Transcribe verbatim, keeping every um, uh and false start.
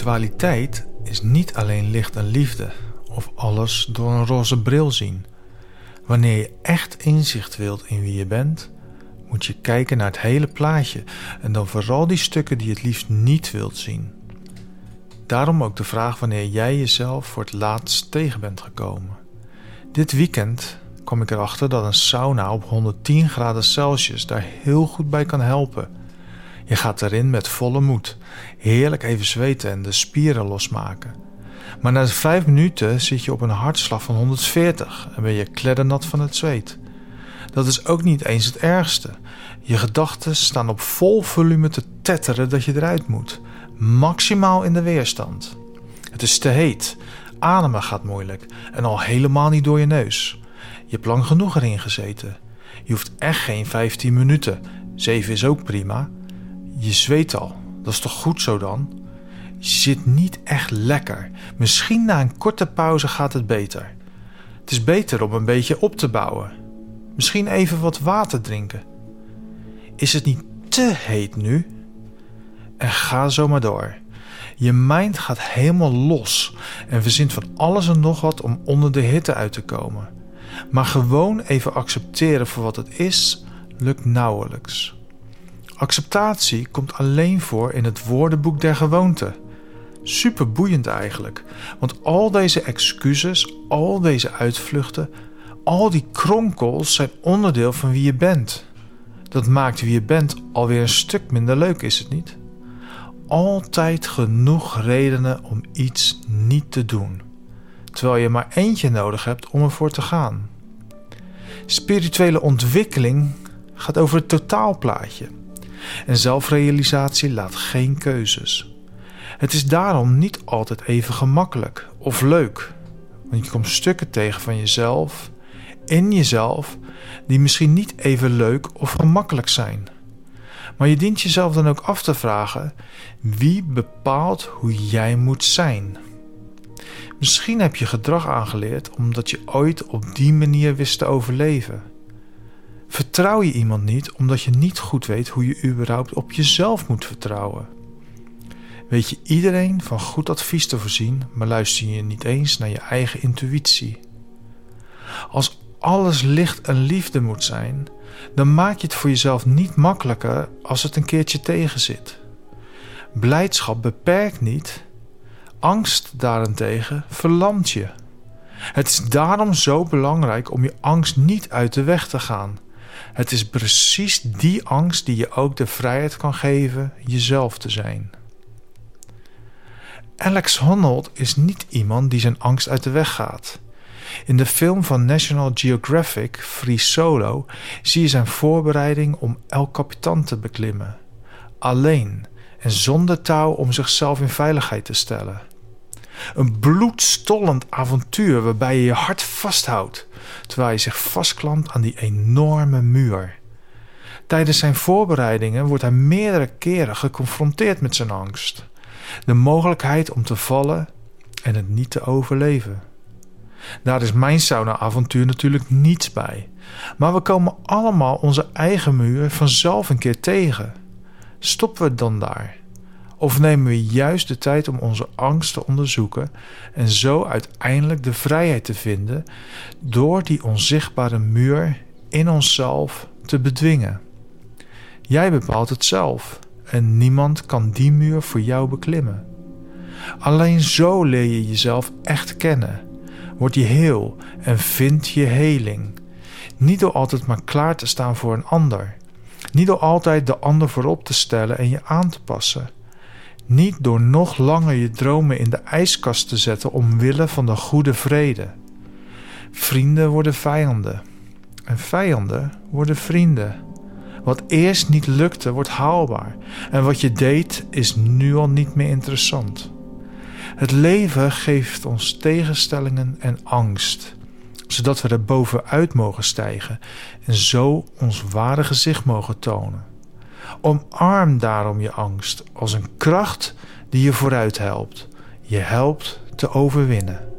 Spiritualiteit is niet alleen licht en liefde of alles door een roze bril zien. Wanneer je echt inzicht wilt in wie je bent, moet je kijken naar het hele plaatje en dan vooral die stukken die je het liefst niet wilt zien. Daarom ook de vraag wanneer jij jezelf voor het laatst tegen bent gekomen. Dit weekend kwam ik erachter dat een sauna op honderdtien graden Celsius daar heel goed bij kan helpen. Je gaat erin met volle moed, heerlijk even zweten en de spieren losmaken. Maar na vijf minuten zit je op een hartslag van honderdveertig en ben je kleddernat van het zweet. Dat is ook niet eens het ergste. Je gedachten staan op vol volume te tetteren dat je eruit moet. Maximaal in de weerstand. Het is te heet, ademen gaat moeilijk en al helemaal niet door je neus. Je hebt lang genoeg erin gezeten. Je hoeft echt geen vijftien minuten. zeven is ook prima. Je zweet al, dat is toch goed zo dan? Je zit niet echt lekker. Misschien na een korte pauze gaat het beter. Het is beter om een beetje op te bouwen. Misschien even wat water drinken. Is het niet te heet nu? En ga zo maar door. Je mind gaat helemaal los en verzint van alles en nog wat om onder de hitte uit te komen. Maar gewoon even accepteren voor wat het is, lukt nauwelijks. Acceptatie komt alleen voor in het woordenboek der gewoonten. Super boeiend eigenlijk, want al deze excuses, al deze uitvluchten, al die kronkels zijn onderdeel van wie je bent. Dat maakt wie je bent alweer een stuk minder leuk, is het niet? Altijd genoeg redenen om iets niet te doen, terwijl je maar eentje nodig hebt om ervoor te gaan. Spirituele ontwikkeling gaat over het totaalplaatje en zelfrealisatie laat geen keuzes. Het is daarom niet altijd even gemakkelijk of leuk, want je komt stukken tegen van jezelf, in jezelf, die misschien niet even leuk of gemakkelijk zijn. Maar je dient jezelf dan ook af te vragen, wie bepaalt hoe jij moet zijn? Misschien heb je gedrag aangeleerd omdat je ooit op die manier wist te overleven. Vertrouw je iemand niet omdat je niet goed weet hoe je überhaupt op jezelf moet vertrouwen? Weet je iedereen van goed advies te voorzien, maar luister je niet eens naar je eigen intuïtie? Als alles licht en liefde moet zijn, dan maak je het voor jezelf niet makkelijker als het een keertje tegenzit. Blijdschap beperkt niet, angst daarentegen verlamt je. Het is daarom zo belangrijk om je angst niet uit de weg te gaan. Het is precies die angst die je ook de vrijheid kan geven jezelf te zijn. Alex Honnold is niet iemand die zijn angst uit de weg gaat. In de film van National Geographic, Free Solo, zie je zijn voorbereiding om El Capitan te beklimmen. Alleen en zonder touw om zichzelf in veiligheid te stellen. Een bloedstollend avontuur waarbij je je hart vasthoudt, terwijl je zich vastklampt aan die enorme muur. Tijdens zijn voorbereidingen wordt hij meerdere keren geconfronteerd met zijn angst. De mogelijkheid om te vallen en het niet te overleven. Daar is mijn sauna-avontuur natuurlijk niets bij. Maar we komen allemaal onze eigen muur vanzelf een keer tegen. Stoppen we dan daar? Of nemen we juist de tijd om onze angst te onderzoeken en zo uiteindelijk de vrijheid te vinden door die onzichtbare muur in onszelf te bedwingen? Jij bepaalt het zelf en niemand kan die muur voor jou beklimmen. Alleen zo leer je jezelf echt kennen. Word je heel en vind je heling. Niet door altijd maar klaar te staan voor een ander. Niet door altijd de ander voorop te stellen en je aan te passen. Niet door nog langer je dromen in de ijskast te zetten omwille van de goede vrede. Vrienden worden vijanden. En vijanden worden vrienden. Wat eerst niet lukte, wordt haalbaar. En wat je deed, is nu al niet meer interessant. Het leven geeft ons tegenstellingen en angst, zodat we er bovenuit mogen stijgen en zo ons ware gezicht mogen tonen. Omarm daarom je angst als een kracht die je vooruit helpt, je helpt te overwinnen.